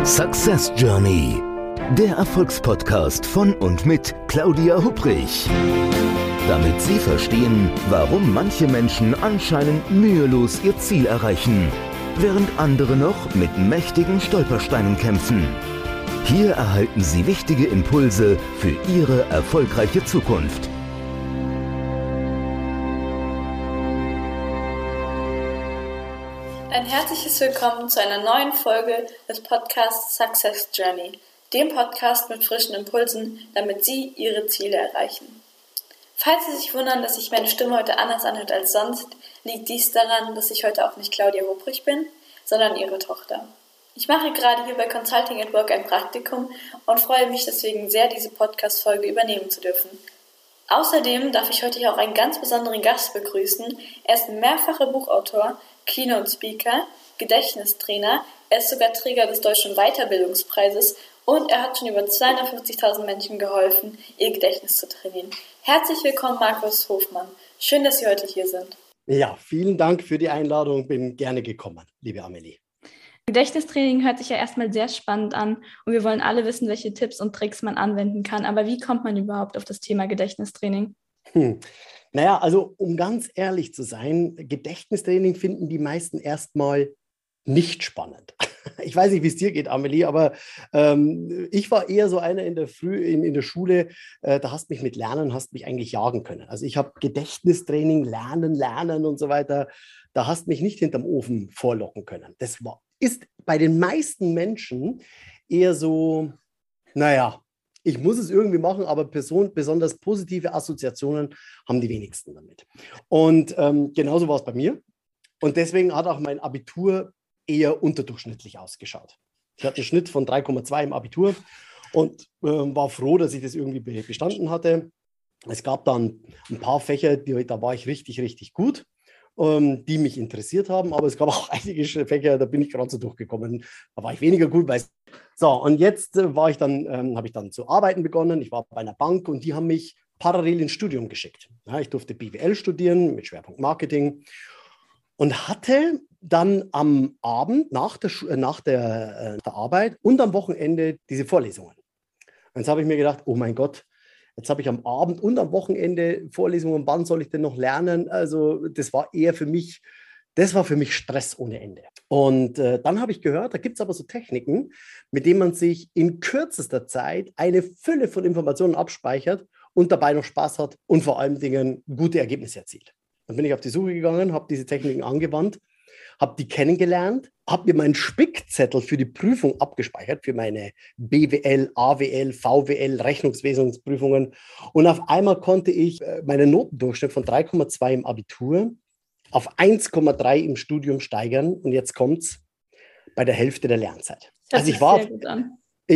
Success Journey, der Erfolgspodcast von und mit Claudia Hupprich. Damit Sie verstehen, warum manche Menschen anscheinend mühelos ihr Ziel erreichen, während andere noch mit mächtigen Stolpersteinen kämpfen. Hier erhalten Sie wichtige Impulse für Ihre erfolgreiche Zukunft. Ein herzliches Willkommen zu einer neuen Folge des Podcasts Success Journey, dem Podcast mit frischen Impulsen, damit Sie Ihre Ziele erreichen. Falls Sie sich wundern, dass sich meine Stimme heute anders anhört als sonst, liegt dies daran, dass ich heute auch nicht Claudia Hupprich bin, sondern Ihre Tochter. Ich mache gerade hier bei Consulting at Work ein Praktikum und freue mich deswegen sehr, diese Podcast-Folge übernehmen zu dürfen. Außerdem darf ich heute hier auch einen ganz besonderen Gast begrüßen. Er ist mehrfacher Buchautor, Keynote-Speaker, Gedächtnistrainer, er ist sogar Träger des Deutschen Weiterbildungspreises und er hat schon über 250.000 Menschen geholfen, ihr Gedächtnis zu trainieren. Herzlich willkommen, Markus Hofmann. Schön, dass Sie heute hier sind. Ja, vielen Dank für die Einladung. Bin gerne gekommen, liebe Amelie. Gedächtnistraining hört sich ja erstmal sehr spannend an und wir wollen alle wissen, welche Tipps und Tricks man anwenden kann. Aber wie kommt man überhaupt auf das Thema Gedächtnistraining? Naja, also um ganz ehrlich zu sein, Gedächtnistraining finden die meisten erstmal nicht spannend. Ich weiß nicht, wie es dir geht, Amelie, aber ich war eher so einer in der Schule, da hast mich mit Lernen, hast mich eigentlich jagen können. Also ich habe Gedächtnistraining, Lernen und so weiter, da hast mich nicht hinterm Ofen vorlocken können. Ist bei den meisten Menschen eher so, naja, ich muss es irgendwie machen, aber besonders positive Assoziationen haben die wenigsten damit. Und genauso war es bei mir. Und deswegen hat auch mein Abitur eher unterdurchschnittlich ausgeschaut. Ich hatte einen Schnitt von 3,2 im Abitur und war froh, dass ich das irgendwie bestanden hatte. Es gab dann ein paar Fächer, da war ich richtig, richtig gut, die mich interessiert haben, aber es gab auch einige Fächer, da bin ich gerade so durchgekommen, da war ich weniger gut. So, und jetzt habe ich dann zu arbeiten begonnen. Ich war bei einer Bank und die haben mich parallel ins Studium geschickt. Ja, ich durfte BWL studieren mit Schwerpunkt Marketing und hatte dann am Abend nach der Arbeit und am Wochenende diese Vorlesungen. Und jetzt habe ich mir gedacht, oh mein Gott, jetzt habe ich am Abend und am Wochenende Vorlesungen, wann soll ich denn noch lernen? Also das war für mich Stress ohne Ende. Und dann habe ich gehört, da gibt es aber so Techniken, mit denen man sich in kürzester Zeit eine Fülle von Informationen abspeichert und dabei noch Spaß hat und vor allen Dingen gute Ergebnisse erzielt. Dann bin ich auf die Suche gegangen, habe diese Techniken angewandt, habe die kennengelernt, habe mir meinen Spickzettel für die Prüfung abgespeichert, für meine BWL, AWL, VWL, Rechnungswesensprüfungen. Und auf einmal konnte ich meinen Notendurchschnitt von 3,2 im Abitur auf 1,3 im Studium steigern. Und jetzt kommt's bei der Hälfte der Lernzeit. Das hört sich sehr gut an.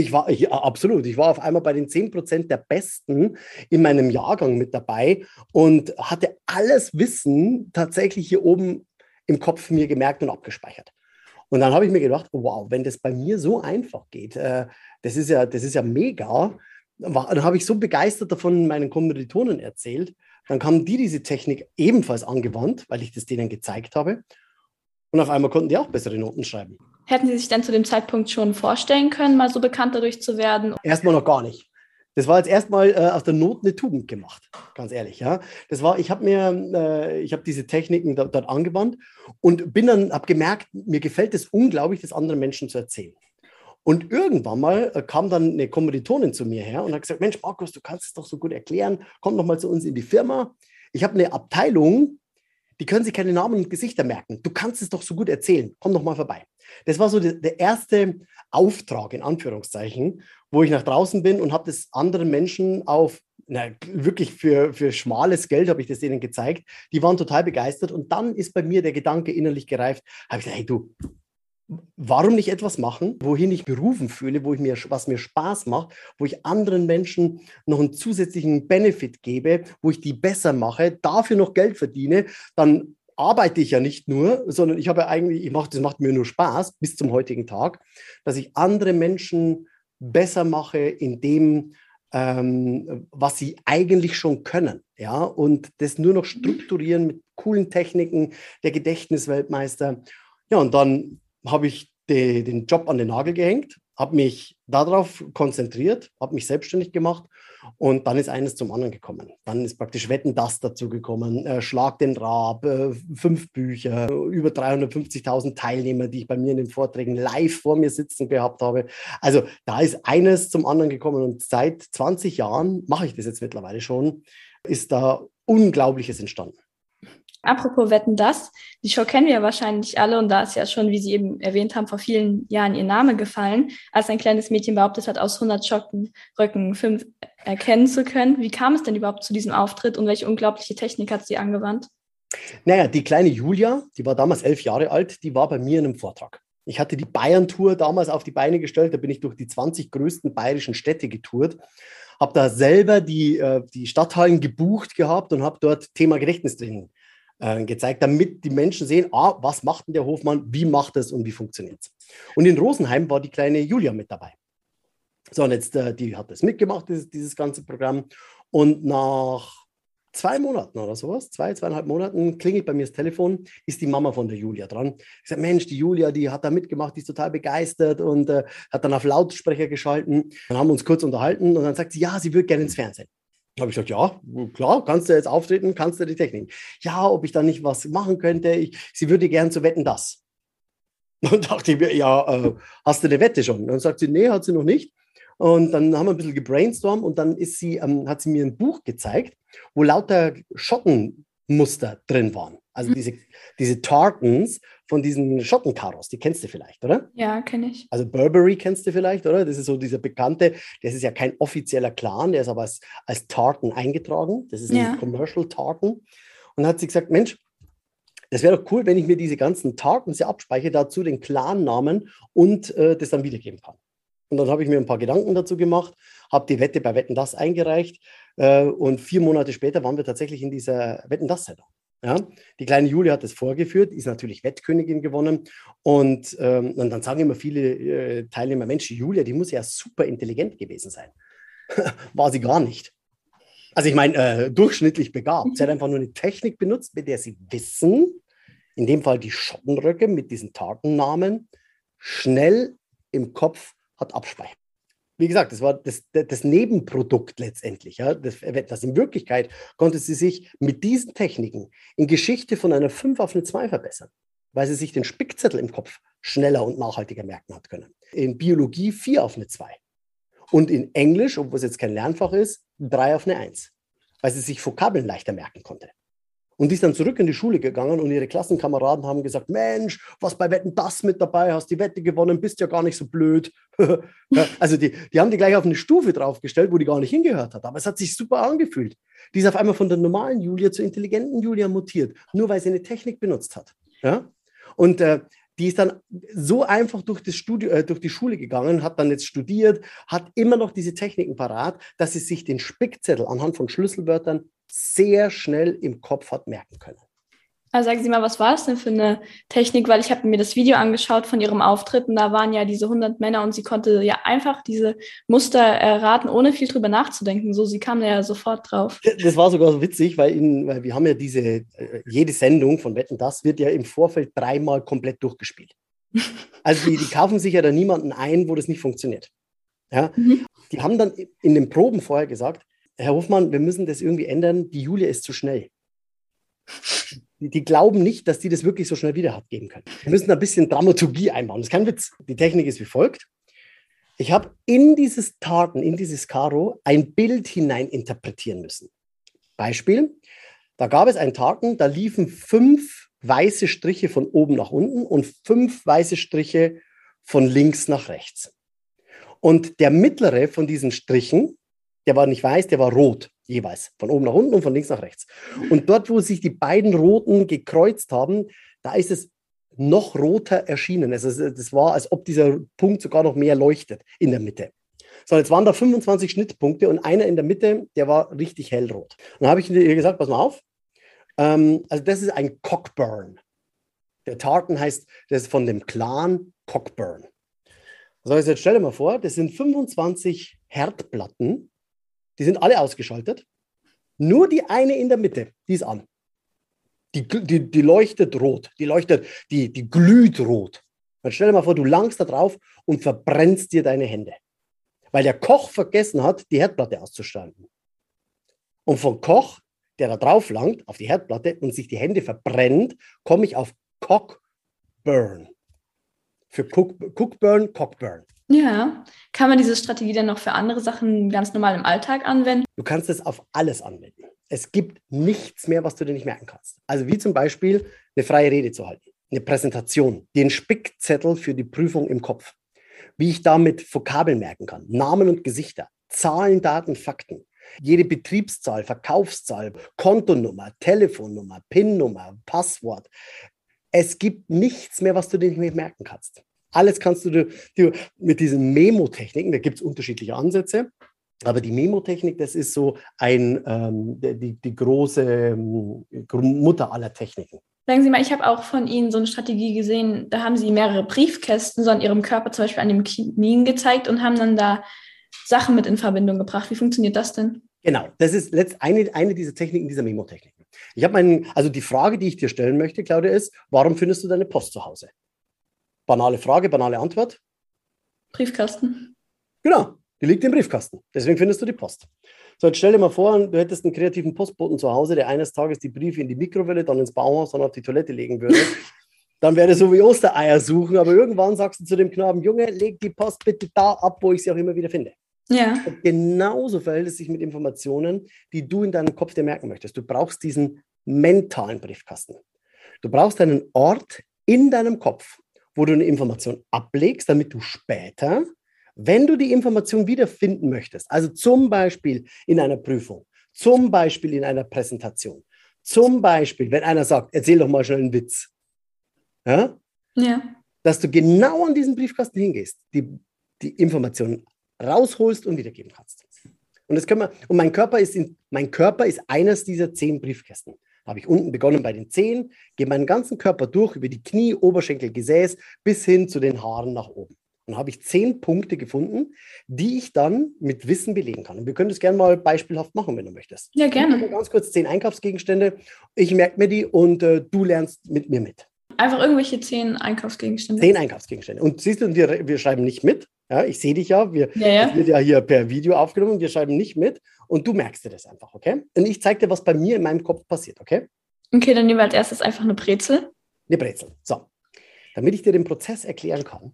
Absolut. Ich war auf einmal bei den 10% der Besten in meinem Jahrgang mit dabei und hatte alles Wissen tatsächlich hier oben im Kopf mir gemerkt und abgespeichert. Und dann habe ich mir gedacht, wow, wenn das bei mir so einfach geht, das ist ja mega. Dann habe ich so begeistert davon meinen Kommilitonen erzählt. Dann haben die diese Technik ebenfalls angewandt, weil ich das denen gezeigt habe. Und auf einmal konnten die auch bessere Noten schreiben. Hätten Sie sich dann zu dem Zeitpunkt schon vorstellen können, mal so bekannt dadurch zu werden? Erstmal noch gar nicht. Das war jetzt erstmal aus der Not eine Tugend gemacht, ganz ehrlich. Ja. Ich habe diese Techniken dort angewandt und habe gemerkt, mir gefällt es unglaublich, das anderen Menschen zu erzählen. Und irgendwann mal kam dann eine Kommilitonin zu mir her und hat gesagt, Mensch, Markus, du kannst es doch so gut erklären, komm doch mal zu uns in die Firma. Ich habe eine Abteilung, die können sich keine Namen und Gesichter merken. Du kannst es doch so gut erzählen, komm doch mal vorbei. Das war so der erste Auftrag, in Anführungszeichen, wo ich nach draußen bin und habe das anderen Menschen wirklich für schmales Geld habe ich das denen gezeigt. Die waren total begeistert und dann ist bei mir der Gedanke innerlich gereift, habe ich gesagt, hey du, warum nicht etwas machen, wohin ich berufen fühle, was mir Spaß macht, wo ich anderen Menschen noch einen zusätzlichen Benefit gebe, wo ich die besser mache, dafür noch Geld verdiene, dann arbeite ich ja nicht nur, sondern das macht mir nur Spaß bis zum heutigen Tag, dass ich andere Menschen besser mache in dem, was sie eigentlich schon können, ja, und das nur noch strukturieren mit coolen Techniken, der Gedächtnisweltmeister. Ja, und dann habe ich den Job an den Nagel gehängt, habe mich darauf konzentriert, habe mich selbstständig gemacht und dann ist eines zum anderen gekommen. Dann ist praktisch Wetten, das dazu gekommen, Schlag den Raab, 5 Bücher, über 350.000 Teilnehmer, die ich bei mir in den Vorträgen live vor mir sitzen gehabt habe. Also da ist eines zum anderen gekommen und seit 20 Jahren, mache ich das jetzt mittlerweile schon, ist da Unglaubliches entstanden. Apropos Wetten, das, die Show kennen wir ja wahrscheinlich alle und da ist ja schon, wie Sie eben erwähnt haben, vor vielen Jahren ihr Name gefallen, als ein kleines Mädchen behauptet hat, aus 100 Schockenröcken 5 erkennen zu können. Wie kam es denn überhaupt zu diesem Auftritt und welche unglaubliche Technik hat sie angewandt? Naja, die kleine Julia, die war damals 11 Jahre alt, die war bei mir in einem Vortrag. Ich hatte die Bayern-Tour damals auf die Beine gestellt, da bin ich durch die 20 größten bayerischen Städte getourt, habe da selber die Stadthallen gebucht gehabt und habe dort Thema Gedächtnistraining gezeigt, damit die Menschen sehen, was macht denn der Hofmann, wie macht es und wie funktioniert es. Und in Rosenheim war die kleine Julia mit dabei. So, und jetzt, die hat das mitgemacht, dieses ganze Programm. Und nach 2 Monaten oder sowas, 2,5 Monaten, klingelt bei mir das Telefon, ist die Mama von der Julia dran. Ich sage, Mensch, die Julia, die hat da mitgemacht, die ist total begeistert und hat dann auf Lautsprecher geschalten. Dann haben wir uns kurz unterhalten und dann sagt sie, ja, sie würde gerne ins Fernsehen. Habe ich gesagt, ja, klar, kannst du jetzt auftreten, kannst du die Technik. Ja, ob ich da nicht was machen könnte. Sie würde gern zu Wetten, das. Und dachte ich mir, ja, hast du eine Wette schon? Und dann sagt sie, nee, hat sie noch nicht. Und dann haben wir ein bisschen gebrainstormt und dann hat sie mir ein Buch gezeigt, wo lauter Schottenmuster drin waren. Also diese Tartans von diesen Schottenkaros, die kennst du vielleicht, oder? Ja, kenne ich. Also Burberry kennst du vielleicht, oder? Das ist so dieser bekannte, das ist ja kein offizieller Clan, der ist aber als Tartan eingetragen. Das ist ein Commercial Tartan. Und dann hat sie gesagt, Mensch, das wäre doch cool, wenn ich mir diese ganzen Tartans ja abspeichere, dazu den Clan-Namen und das dann wiedergeben kann. Und dann habe ich mir ein paar Gedanken dazu gemacht, habe die Wette bei Wetten, das eingereicht und 4 Monate später waren wir tatsächlich in dieser Wetten, das-Sendung. Ja, die kleine Julia hat das vorgeführt, ist natürlich Wettkönigin gewonnen und dann sagen immer viele Teilnehmer, Mensch, die Julia, die muss ja super intelligent gewesen sein. War sie gar nicht. Also ich meine, durchschnittlich begabt. Sie hat einfach nur eine Technik benutzt, mit der sie Wissen, in dem Fall die Schottenröcke mit diesen Tartennamen, schnell im Kopf hat abspeichern. Wie gesagt, das war das Nebenprodukt letztendlich. Ja, das in Wirklichkeit konnte sie sich mit diesen Techniken in Geschichte von einer 5 auf eine 2 verbessern, weil sie sich den Spickzettel im Kopf schneller und nachhaltiger merken hat können. In Biologie 4 auf eine 2. Und in Englisch, obwohl es jetzt kein Lernfach ist, 3 auf eine 1, weil sie sich Vokabeln leichter merken konnte. Und die ist dann zurück in die Schule gegangen und ihre Klassenkameraden haben gesagt, Mensch, was bei Wetten, das mit dabei, hast die Wette gewonnen, bist ja gar nicht so blöd. Ja, also die haben die gleich auf eine Stufe draufgestellt, wo die gar nicht hingehört hat. Aber es hat sich super angefühlt. Die ist auf einmal von der normalen Julia zur intelligenten Julia mutiert, nur weil sie eine Technik benutzt hat. Ja? Und die ist dann so einfach durch die Schule gegangen, hat dann jetzt studiert, hat immer noch diese Techniken parat, dass sie sich den Spickzettel anhand von Schlüsselwörtern sehr schnell im Kopf hat merken können. Also sagen Sie mal, was war das denn für eine Technik? Weil ich habe mir das Video angeschaut von Ihrem Auftritt und da waren ja diese 100 Männer und sie konnte ja einfach diese Muster erraten, ohne viel drüber nachzudenken. So, sie kam da ja sofort drauf. Das war sogar so witzig, weil wir haben ja jede Sendung von Wetten, das wird ja im Vorfeld 3-mal komplett durchgespielt. Also die kaufen sich ja da niemanden ein, wo das nicht funktioniert. Ja? Die haben dann in den Proben vorher gesagt, Herr Hofmann, wir müssen das irgendwie ändern, die Julia ist zu schnell. Die glauben nicht, dass die das wirklich so schnell wieder geben können. Wir müssen ein bisschen Dramaturgie einbauen. Das ist kein Witz. Die Technik ist wie folgt. Ich habe in dieses Tartan, in dieses Karo, ein Bild hinein interpretieren müssen. Beispiel, da gab es einen Tartan, da liefen 5 weiße Striche von oben nach unten und 5 weiße Striche von links nach rechts. Und der mittlere von diesen Strichen, der war nicht weiß, der war rot, jeweils. Von oben nach unten und von links nach rechts. Und dort, wo sich die beiden Roten gekreuzt haben, da ist es noch roter erschienen. Also das war, als ob dieser Punkt sogar noch mehr leuchtet in der Mitte. So, jetzt waren da 25 Schnittpunkte und einer in der Mitte, der war richtig hellrot. Und dann habe ich ihr gesagt, pass mal auf, also das ist ein Cockburn. Der Tartan heißt, das ist von dem Clan Cockburn. Also jetzt stell dir mal vor, das sind 25 Herdplatten, die sind alle ausgeschaltet. Nur die eine in der Mitte, die ist an. Die leuchtet rot. Die glüht rot. Dann stell dir mal vor, du langst da drauf und verbrennst dir deine Hände. Weil der Koch vergessen hat, die Herdplatte auszuschalten. Und vom Koch, der da drauf langt, auf die Herdplatte und sich die Hände verbrennt, komme ich auf Cockburn. Für Cockburn. Ja. Kann man diese Strategie dann noch für andere Sachen ganz normal im Alltag anwenden? Du kannst es auf alles anwenden. Es gibt nichts mehr, was du dir nicht merken kannst. Also wie zum Beispiel eine freie Rede zu halten, eine Präsentation, den Spickzettel für die Prüfung im Kopf, wie ich damit Vokabeln merken kann, Namen und Gesichter, Zahlen, Daten, Fakten, jede Betriebszahl, Verkaufszahl, Kontonummer, Telefonnummer, PIN-Nummer, Passwort. Es gibt nichts mehr, was du dir nicht mehr merken kannst. Alles kannst du mit diesen Memo-Techniken, da gibt es unterschiedliche Ansätze, aber die Memo-Technik, das ist so die große Mutter aller Techniken. Sagen Sie mal, ich habe auch von Ihnen so eine Strategie gesehen, da haben Sie mehrere Briefkästen so an Ihrem Körper zum Beispiel an den Knien gezeigt und haben dann da Sachen mit in Verbindung gebracht. Wie funktioniert das denn? Genau, das ist eine dieser Techniken, dieser Memo-Techniken. Ich habe also die Frage, die ich dir stellen möchte, Claudia, ist, warum findest du deine Post zu Hause? Banale Frage, banale Antwort. Briefkasten. Genau, die liegt im Briefkasten. Deswegen findest du die Post. So, jetzt stell dir mal vor, du hättest einen kreativen Postboten zu Hause, der eines Tages die Briefe in die Mikrowelle, dann ins Bauhaus, dann auf die Toilette legen würde. Dann wäre das so wie Ostereier suchen, aber irgendwann sagst du zu dem Knaben, Junge, leg die Post bitte da ab, wo ich sie auch immer wieder finde. Ja. Und genauso verhält es sich mit Informationen, die du in deinem Kopf dir merken möchtest. Du brauchst diesen mentalen Briefkasten. Du brauchst einen Ort in deinem Kopf, wo du eine Information ablegst, damit du später, wenn du die Information wiederfinden möchtest, also zum Beispiel in einer Prüfung, zum Beispiel in einer Präsentation, zum Beispiel, wenn einer sagt, erzähl doch mal schnell einen Witz, ja? Ja. Dass du genau an diesen Briefkasten hingehst, die Informationen rausholst und wiedergeben kannst. Und das können wir, und mein Körper ist eines dieser 10 Briefkästen. Da habe ich unten begonnen bei den Zehen, gehe meinen ganzen Körper durch, über die Knie, Oberschenkel, Gesäß, bis hin zu den Haaren nach oben. Und da habe ich 10 Punkte gefunden, die ich dann mit Wissen belegen kann. Und wir können das gerne mal beispielhaft machen, wenn du möchtest. Ja, gerne. Ich habe ganz kurz 10 Einkaufsgegenstände. Ich merke mir die und du lernst mit mir mit. Einfach irgendwelche 10 Einkaufsgegenstände. 10 Einkaufsgegenstände. Und siehst du, wir schreiben nicht mit. Ja, ich sehe dich ja. Das wird ja hier per Video aufgenommen. Wir schreiben nicht mit. Und du merkst dir das einfach, okay? Und ich zeige dir, was bei mir in meinem Kopf passiert, okay? Okay, dann nehmen wir als erstes einfach eine Brezel. Eine Brezel. So. Damit ich dir den Prozess erklären kann,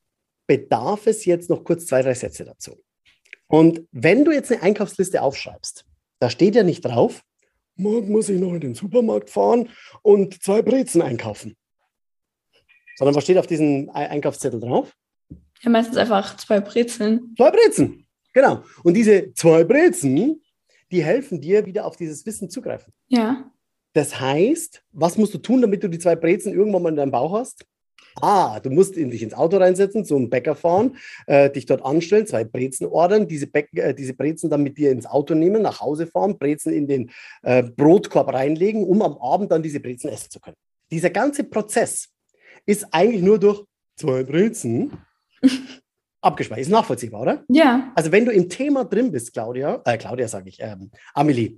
bedarf es jetzt noch kurz 2, 3 Sätze dazu. Und wenn du jetzt eine Einkaufsliste aufschreibst, da steht ja nicht drauf, morgen muss ich noch in den Supermarkt fahren und 2 Brezen einkaufen. Sondern was steht auf diesem Einkaufszettel drauf? Ja, meistens einfach 2 Brezeln. 2 Brezen, genau. Und diese 2 Brezen, die helfen dir, wieder auf dieses Wissen zugreifen. Ja. Das heißt, was musst du tun, damit du die 2 Brezen irgendwann mal in deinem Bauch hast? Du musst dich ins Auto reinsetzen, zum Bäcker fahren, dich dort anstellen, 2 Brezen ordern, diese Brezen dann mit dir ins Auto nehmen, nach Hause fahren, Brezen in den Brotkorb reinlegen, um am Abend dann diese Brezen essen zu können. Dieser ganze Prozess ist eigentlich nur durch 2 Brezen abgespeichert. Ist nachvollziehbar, oder? Ja. Also wenn du im Thema drin bist, Claudia sage ich, Amelie.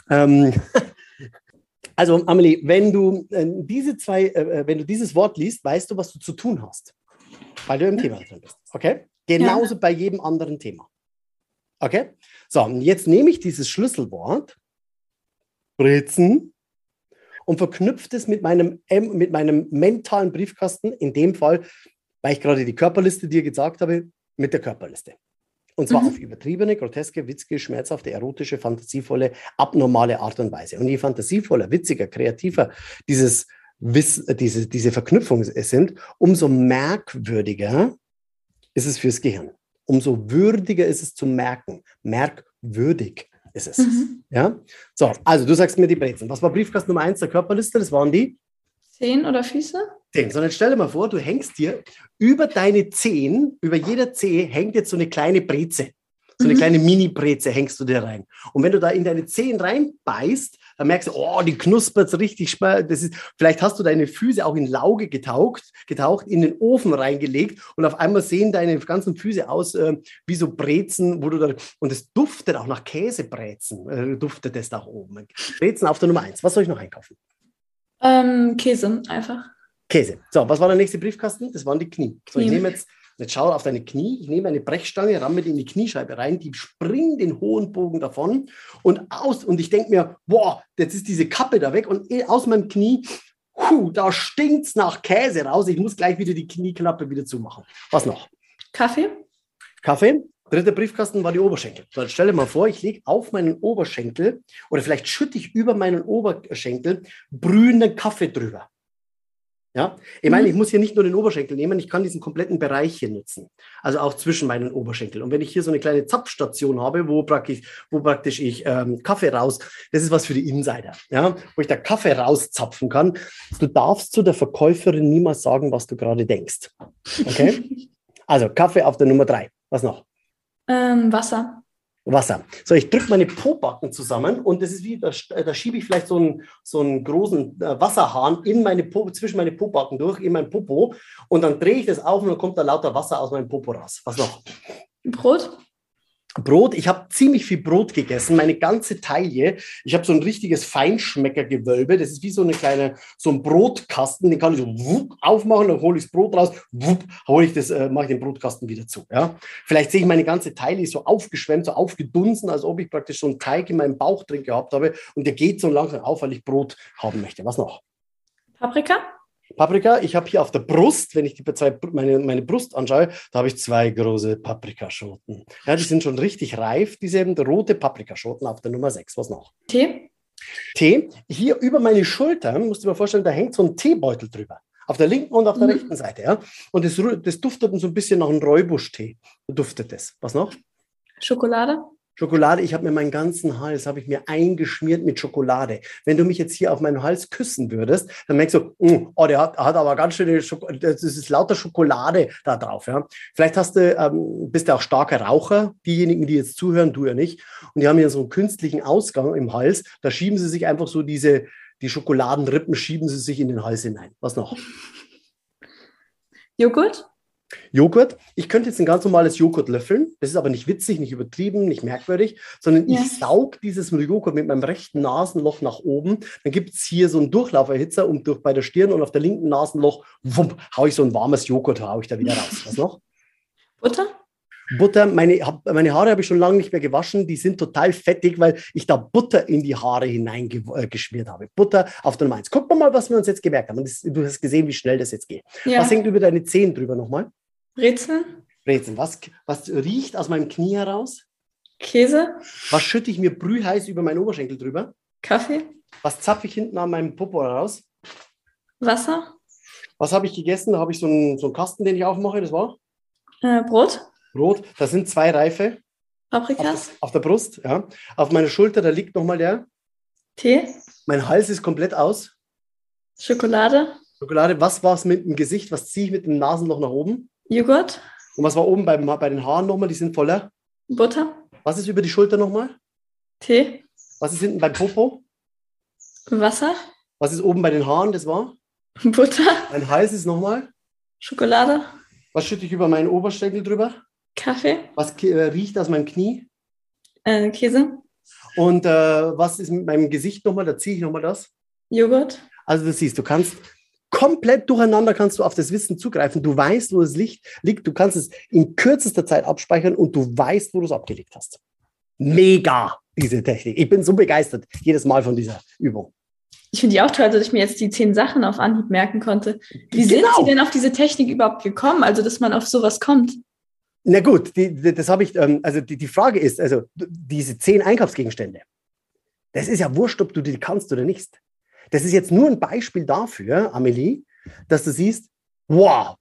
Also Amelie, wenn du dieses Wort liest, weißt du, was du zu tun hast, weil du im Thema drin bist. Okay? Genauso bei jedem anderen Thema. Okay? So, und jetzt nehme ich dieses Schlüsselwort Brezen und verknüpft es mit meinem mentalen Briefkasten, in dem Fall, weil ich gerade die Körperliste dir gesagt habe, mit der Körperliste. Und zwar auf übertriebene, groteske, witzige, schmerzhafte, erotische, fantasievolle, abnormale Art und Weise. Und je fantasievoller, witziger, kreativer diese Verknüpfungen sind, umso merkwürdiger ist es fürs Gehirn. Umso würdiger ist es zu merken. Merkwürdig ist es. Ja? So, also du sagst mir die Brezen. Was war Briefkasten Nummer 1 der Körperliste? Das waren die? Zehen oder Füße? Zehen. Sondern jetzt stell dir mal vor, du hängst dir über deine Zehen, über jeder Zehe hängt jetzt so eine kleine Breze. So eine kleine Mini-Breze hängst du dir rein. Und wenn du da in deine Zehen reinbeißt, dann merkst du, oh, die knuspert richtig. Vielleicht hast du deine Füße auch in Lauge getaucht, in den Ofen reingelegt und auf einmal sehen deine ganzen Füße aus wie so Brezen, und es duftet auch nach Käsebrezen, duftet es da oben. Brezen auf der Nummer 1. Was soll ich noch einkaufen? Käse einfach. Käse. So, was war der nächste Briefkasten? Das waren die Knie. So, ich Knie. nehme jetzt schau auf deine Knie, ich nehme eine Brechstange, ramme die in die Kniescheibe rein, die springt den hohen Bogen davon und ich denke mir, boah, jetzt ist diese Kappe da weg und aus meinem Knie, da stinkt's nach Käse raus, ich muss gleich wieder die Knieklappe wieder zumachen. Was noch? Kaffee. Kaffee. Dritter Briefkasten war die Oberschenkel. So, jetzt stell dir mal vor, ich lege auf meinen Oberschenkel oder vielleicht schütte ich über meinen Oberschenkel brühenden Kaffee drüber. Ja, ich meine, ich muss hier nicht nur den Oberschenkel nehmen, ich kann diesen kompletten Bereich hier nutzen. Also auch zwischen meinen Oberschenkeln. Und wenn ich hier so eine kleine Zapfstation habe, wo praktisch ich Kaffee raus, das ist was für die Insider, ja, wo ich da Kaffee rauszapfen kann. Du darfst zu der Verkäuferin niemals sagen, was du gerade denkst. Okay? Also Kaffee auf der Nummer 3. Was noch? Wasser. Wasser. So, ich drücke meine Pobacken zusammen und das ist wie, da schiebe ich vielleicht so einen großen Wasserhahn zwischen meine Pobacken durch, in mein Popo und dann drehe ich das auf und dann kommt da lauter Wasser aus meinem Popo raus. Was noch? Brot. Brot, ich habe ziemlich viel Brot gegessen, meine ganze Taille. Ich habe so ein richtiges Feinschmeckergewölbe. Das ist wie so ein Brotkasten, den kann ich so aufmachen, dann hole ich das Brot raus, mache ich den Brotkasten wieder zu. Ja? Vielleicht sehe ich, meine ganze Taille ist so aufgeschwemmt, so aufgedunsen, als ob ich praktisch so einen Teig in meinem Bauch drin gehabt habe und der geht so langsam auf, weil ich Brot haben möchte. Was noch? Paprika. Paprika, ich habe hier auf der Brust, wenn ich meine Brust anschaue, da habe ich 2 große Paprikaschoten. Ja, die sind schon richtig reif, diese rote Paprikaschoten auf der Nummer 6. Was noch? Tee. Tee. Hier über meine Schultern, musst du dir mal vorstellen, da hängt so ein Teebeutel drüber. Auf der linken und auf der rechten Seite. Ja? Und das duftet so ein bisschen nach einem Räubusch-Tee. Duftet das. Was noch? Schokolade. Schokolade, ich habe mir meinen ganzen Hals eingeschmiert mit Schokolade. Wenn du mich jetzt hier auf meinen Hals küssen würdest, dann merkst du, oh, der hat aber ganz schöne Schokolade, das ist lauter Schokolade da drauf. Ja. Vielleicht bist du auch starker Raucher, diejenigen, die jetzt zuhören, du ja nicht. Und die haben hier so einen künstlichen Ausgang im Hals, da schieben sie sich einfach so die Schokoladenrippen schieben sie sich in den Hals hinein. Was noch? Joghurt. Joghurt. Ich könnte jetzt ein ganz normales Joghurt löffeln. Das ist aber nicht witzig, nicht übertrieben, nicht merkwürdig, sondern ich saug dieses Joghurt mit meinem rechten Nasenloch nach oben. Dann gibt es hier so einen Durchlauferhitzer und bei der Stirn und auf der linken Nasenloch haue ich so ein warmes Joghurt, haue ich da wieder raus. Was noch? Butter. Butter, meine Haare habe ich schon lange nicht mehr gewaschen, die sind total fettig, weil ich da Butter in die Haare hineingeschmiert habe. Butter auf der Nummer 1. Guck mal, was wir uns jetzt gemerkt haben. Du hast gesehen, wie schnell das jetzt geht. Ja. Was hängt über deine Zehen drüber nochmal? Brezeln. Brezeln. Was riecht aus meinem Knie heraus? Käse. Was schütte ich mir brühheiß über meinen Oberschenkel drüber? Kaffee. Was zapfe ich hinten an meinem Popo raus? Wasser. Was habe ich gegessen? Da habe ich so einen Kasten, den ich aufmache. Das war? Brot. Brot. Da sind 2 reife. Paprikas. Auf der Brust, ja. Auf meiner Schulter, da liegt nochmal der. Tee. Mein Hals ist komplett aus. Schokolade. Schokolade. Was war es mit dem Gesicht? Was ziehe ich mit dem Nasenloch nach oben? Joghurt. Und was war oben bei den Haaren nochmal? Die sind voller. Butter. Was ist über die Schulter nochmal? Tee. Was ist hinten beim Popo? Wasser. Was ist oben bei den Haaren? Das war? Butter. Mein Hals ist nochmal. Schokolade. Was schütte ich über meinen Oberschenkel drüber? Kaffee. Was riecht aus meinem Knie? Käse. Und was ist mit meinem Gesicht nochmal? Da ziehe ich nochmal das. Joghurt. Also du siehst, du kannst komplett durcheinander auf das Wissen zugreifen. Du weißt, wo es liegt. Du kannst es in kürzester Zeit abspeichern und du weißt, wo du es abgelegt hast. Mega, diese Technik. Ich bin so begeistert jedes Mal von dieser Übung. Ich finde die auch toll, dass ich mir jetzt die 10 Sachen auf Anhieb merken konnte. Wie sind Sie denn auf diese Technik überhaupt gekommen? Also, dass man auf sowas kommt? Na gut, das habe ich, also die Frage ist, also diese 10 Einkaufsgegenstände, das ist ja wurscht, ob du die kannst oder nicht. Das ist jetzt nur ein Beispiel dafür, Amelie, dass du siehst, wow,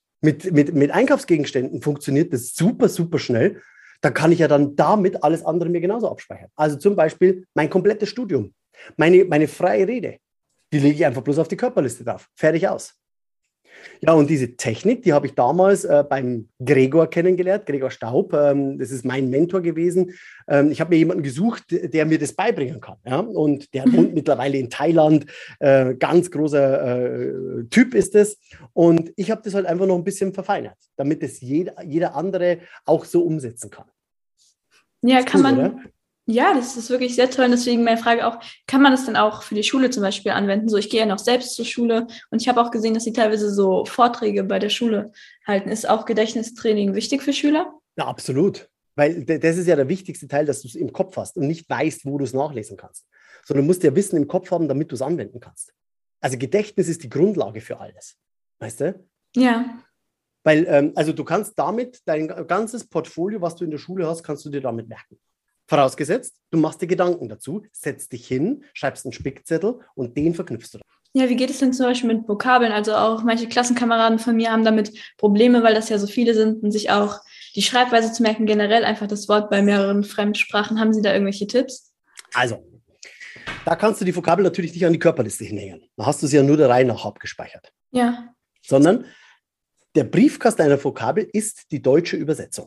mit Einkaufsgegenständen funktioniert das super, super schnell. Da kann ich ja dann damit alles andere mir genauso abspeichern. Also zum Beispiel mein komplettes Studium, meine freie Rede, die lege ich einfach bloß auf die Körperliste drauf. Fertig aus. Ja, und diese Technik, die habe ich damals beim Gregor kennengelernt, Gregor Staub. Das ist mein Mentor gewesen. Ich habe mir jemanden gesucht, der mir das beibringen kann. Ja? Und der wohnt mittlerweile in Thailand. Ganz großer Typ ist es. Und ich habe das halt einfach noch ein bisschen verfeinert, damit es jeder andere auch so umsetzen kann. Ja, Ist cool, oder? Ja, das ist wirklich sehr toll. Und deswegen meine Frage auch, kann man das denn auch für die Schule zum Beispiel anwenden? So, ich gehe ja noch selbst zur Schule und ich habe auch gesehen, dass sie teilweise so Vorträge bei der Schule halten. Ist auch Gedächtnistraining wichtig für Schüler? Ja, absolut. Weil das ist ja der wichtigste Teil, dass du es im Kopf hast und nicht weißt, wo du es nachlesen kannst. Sondern du musst ja Wissen im Kopf haben, damit du es anwenden kannst. Also Gedächtnis ist die Grundlage für alles. Weißt du? Ja. Weil, also du kannst damit dein ganzes Portfolio, was du in der Schule hast, kannst du dir damit merken. Vorausgesetzt, du machst dir Gedanken dazu, setzt dich hin, schreibst einen Spickzettel und den verknüpfst du. Ja, wie geht es denn zum Beispiel mit Vokabeln? Also auch manche Klassenkameraden von mir haben damit Probleme, weil das ja so viele sind und sich auch die Schreibweise zu merken, generell einfach das Wort bei mehreren Fremdsprachen. Haben Sie da irgendwelche Tipps? Also, da kannst du die Vokabel natürlich nicht an die Körperliste hinhängen. Da hast du sie ja nur der Reihe nach abgespeichert. Ja. Sondern der Briefkasten einer Vokabel ist die deutsche Übersetzung.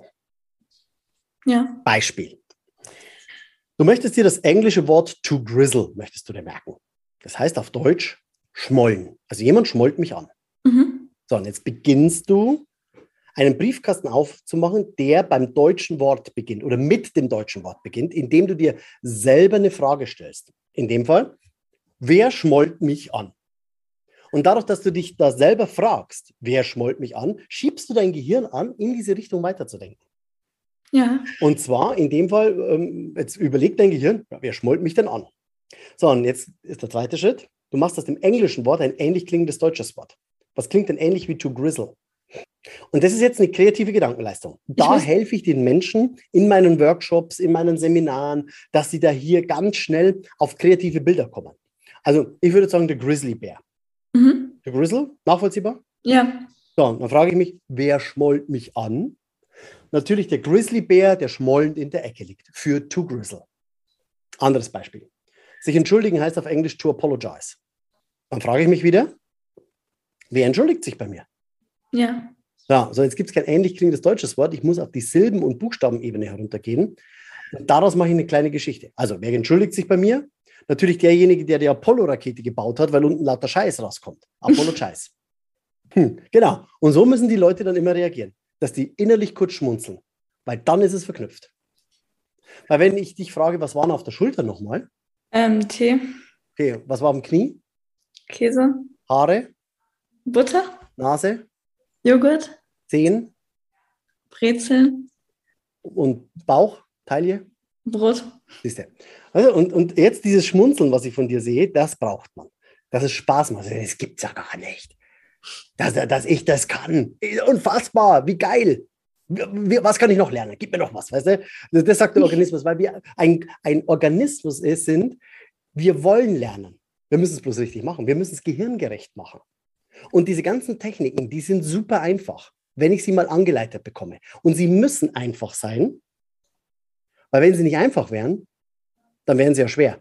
Ja. Beispiel. Du möchtest dir das englische Wort to grizzle, möchtest du dir merken. Das heißt auf Deutsch schmollen. Also jemand schmollt mich an. Mhm. So, und jetzt beginnst du, einen Briefkasten aufzumachen, der beim deutschen Wort beginnt oder mit dem deutschen Wort beginnt, indem du dir selber eine Frage stellst. In dem Fall, wer schmollt mich an? Und dadurch, dass du dich da selber fragst, wer schmollt mich an, schiebst du dein Gehirn an, in diese Richtung weiterzudenken. Ja. Und zwar in dem Fall, jetzt überlegt dein Gehirn, ja, wer schmollt mich denn an? So, und jetzt ist der zweite Schritt. Du machst aus dem englischen Wort ein ähnlich klingendes deutsches Wort. Was klingt denn ähnlich wie to grizzle? Und das ist jetzt eine kreative Gedankenleistung. Da helfe ich den Menschen in meinen Workshops, in meinen Seminaren, dass sie da hier ganz schnell auf kreative Bilder kommen. Also ich würde sagen, der Grizzly Bear. Mhm. Der Grizzle, nachvollziehbar? Ja. So, dann frage ich mich, wer schmollt mich an? Natürlich der Grizzly Bear, der schmollend in der Ecke liegt, für to grizzle. Anderes Beispiel. Sich entschuldigen heißt auf Englisch to apologize. Dann frage ich mich wieder, wer entschuldigt sich bei mir? Ja. Ja, so jetzt gibt es kein ähnlich klingendes deutsches Wort. Ich muss auf die Silben- und Buchstabenebene heruntergehen. Und daraus mache ich eine kleine Geschichte. Also, wer entschuldigt sich bei mir? Natürlich derjenige, der die Apollo-Rakete gebaut hat, weil unten lauter Scheiß rauskommt. Apollo-Scheiß. Genau. Und so müssen die Leute dann immer reagieren, dass die innerlich kurz schmunzeln. Weil dann ist es verknüpft. Weil wenn ich dich frage, was war denn auf der Schulter nochmal? Tee, Okay, was war am Knie? Käse, Haare, Butter, Nase, Joghurt, Zehen Brezeln, und Bauch, Taille. Brot. Siehst du. Also, und jetzt dieses Schmunzeln, was ich von dir sehe, das braucht man. Dass es Spaß macht. Das gibt es ja gar nicht. Dass ich das kann. Unfassbar, wie geil. Was kann ich noch lernen? Gib mir noch was, weißt du? Das sagt der Organismus, weil wir ein Organismus sind, wir wollen lernen. Wir müssen es bloß richtig machen. Wir müssen es gehirngerecht machen. Und diese ganzen Techniken, die sind super einfach, wenn ich sie mal angeleitet bekomme. Und sie müssen einfach sein, weil wenn sie nicht einfach wären, dann wären sie ja schwer.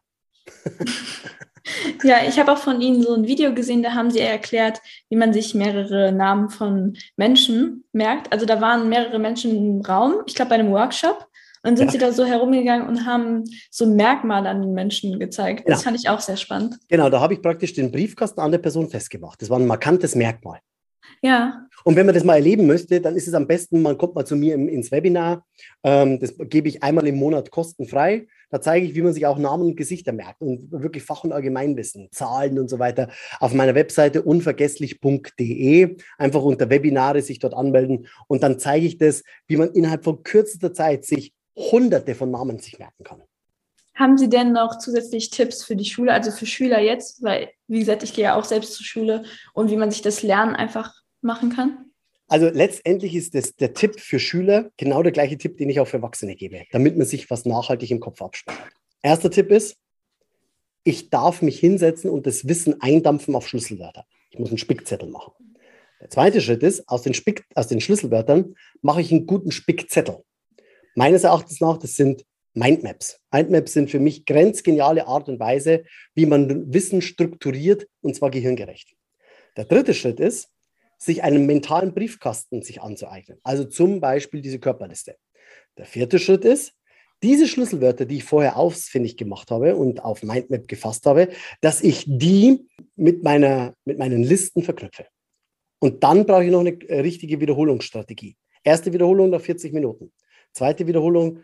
Ja, ich habe auch von Ihnen so ein Video gesehen, da haben Sie erklärt, wie man sich mehrere Namen von Menschen merkt. Also da waren mehrere Menschen im Raum, ich glaube bei einem Workshop. Und dann sind Sie da so herumgegangen und haben so Merkmale an den Menschen gezeigt. Genau. Das fand ich auch sehr spannend. Genau, da habe ich praktisch den Briefkasten an der Person festgemacht. Das war ein markantes Merkmal. Ja. Und wenn man das mal erleben möchte, dann ist es am besten, man kommt mal zu mir ins Webinar. Das gebe ich einmal im Monat kostenfrei. Da zeige ich, wie man sich auch Namen und Gesichter merkt und wirklich Fach- und Allgemeinwissen, Zahlen und so weiter. Auf meiner Webseite unvergesslich.de einfach unter Webinare sich dort anmelden. Und dann zeige ich das, wie man innerhalb von kürzester Zeit sich Hunderte von Namen sich merken kann. Haben Sie denn noch zusätzlich Tipps für die Schule, also für Schüler jetzt? Weil, wie gesagt, ich gehe ja auch selbst zur Schule und wie man sich das Lernen einfach machen kann? Also letztendlich ist das der Tipp für Schüler genau der gleiche Tipp, den ich auch für Erwachsene gebe, damit man sich was nachhaltig im Kopf abspeichert. Erster Tipp ist, ich darf mich hinsetzen und das Wissen eindampfen auf Schlüsselwörter. Ich muss einen Spickzettel machen. Der zweite Schritt ist, aus den Schlüsselwörtern mache ich einen guten Spickzettel. Meines Erachtens nach, das sind Mindmaps. Mindmaps sind für mich grenzgeniale Art und Weise, wie man Wissen strukturiert und zwar gehirngerecht. Der dritte Schritt ist, sich einen mentalen Briefkasten sich anzueignen. Also zum Beispiel diese Körperliste. Der vierte Schritt ist, diese Schlüsselwörter, die ich vorher ausfindig gemacht habe und auf Mindmap gefasst habe, dass ich die mit meinen Listen verknüpfe. Und dann brauche ich noch eine richtige Wiederholungsstrategie. Erste Wiederholung nach 40 Minuten. Zweite Wiederholung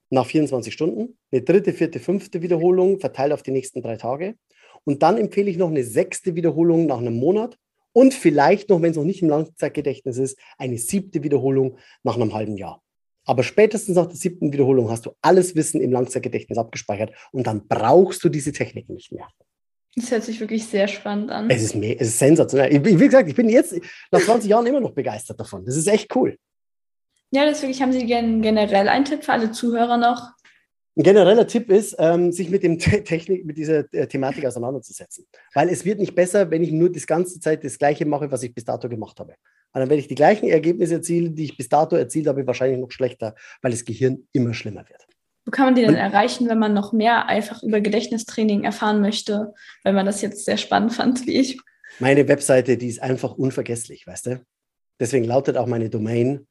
nach 24 Stunden, eine 3., 4., 5. Wiederholung verteilt auf die nächsten 3 Tage. Und dann empfehle ich noch eine 6. Wiederholung nach einem Monat und vielleicht noch, wenn es noch nicht im Langzeitgedächtnis ist, eine 7. Wiederholung nach einem halben Jahr. Aber spätestens nach der 7. Wiederholung hast du alles Wissen im Langzeitgedächtnis abgespeichert und dann brauchst du diese Techniken nicht mehr. Das hört sich wirklich sehr spannend an. Es ist sensationell. Wie gesagt, ich bin jetzt nach 20 Jahren immer noch begeistert davon. Das ist echt cool. Ja, das wirklich, haben Sie generell einen Tipp für alle Zuhörer noch? Ein genereller Tipp ist, sich mit dieser Thematik auseinanderzusetzen. Weil es wird nicht besser, wenn ich nur die ganze Zeit das Gleiche mache, was ich bis dato gemacht habe. Und dann werde ich die gleichen Ergebnisse erzielen, die ich bis dato erzielt habe, wahrscheinlich noch schlechter, weil das Gehirn immer schlimmer wird. Wo kann man die denn erreichen, wenn man noch mehr einfach über Gedächtnistraining erfahren möchte, wenn man das jetzt sehr spannend fand, wie ich? Meine Webseite, die ist einfach unvergesslich, weißt du? Deswegen lautet auch meine Domain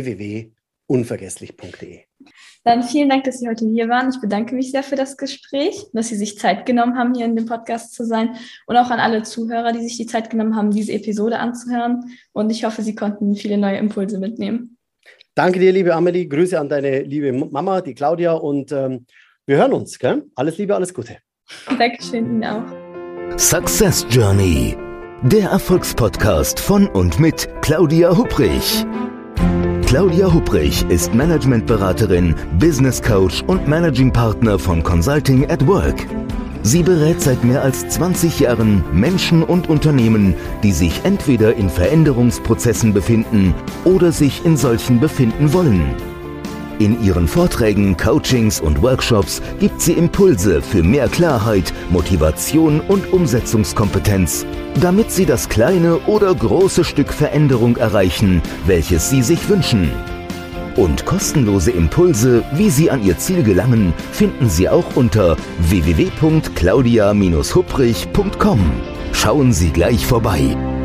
www.unvergesslich.de. Dann vielen Dank, dass Sie heute hier waren. Ich bedanke mich sehr für das Gespräch, dass Sie sich Zeit genommen haben, hier in dem Podcast zu sein und auch an alle Zuhörer, die sich die Zeit genommen haben, diese Episode anzuhören. Und ich hoffe, Sie konnten viele neue Impulse mitnehmen. Danke dir, liebe Amelie. Grüße an deine liebe Mama, die Claudia. Und wir hören uns. Gell? Alles Liebe, alles Gute. Dankeschön Ihnen auch. Success Journey, der Erfolgspodcast von und mit Claudia Hupprich. Claudia Hupprich ist Managementberaterin, Business Coach und Managing Partner von Consulting at Work. Sie berät seit mehr als 20 Jahren Menschen und Unternehmen, die sich entweder in Veränderungsprozessen befinden oder sich in solchen befinden wollen. In ihren Vorträgen, Coachings und Workshops gibt sie Impulse für mehr Klarheit, Motivation und Umsetzungskompetenz, damit sie das kleine oder große Stück Veränderung erreichen, welches sie sich wünschen. Und kostenlose Impulse, wie sie an ihr Ziel gelangen, finden Sie auch unter www.claudia-hupprich.com. Schauen Sie gleich vorbei.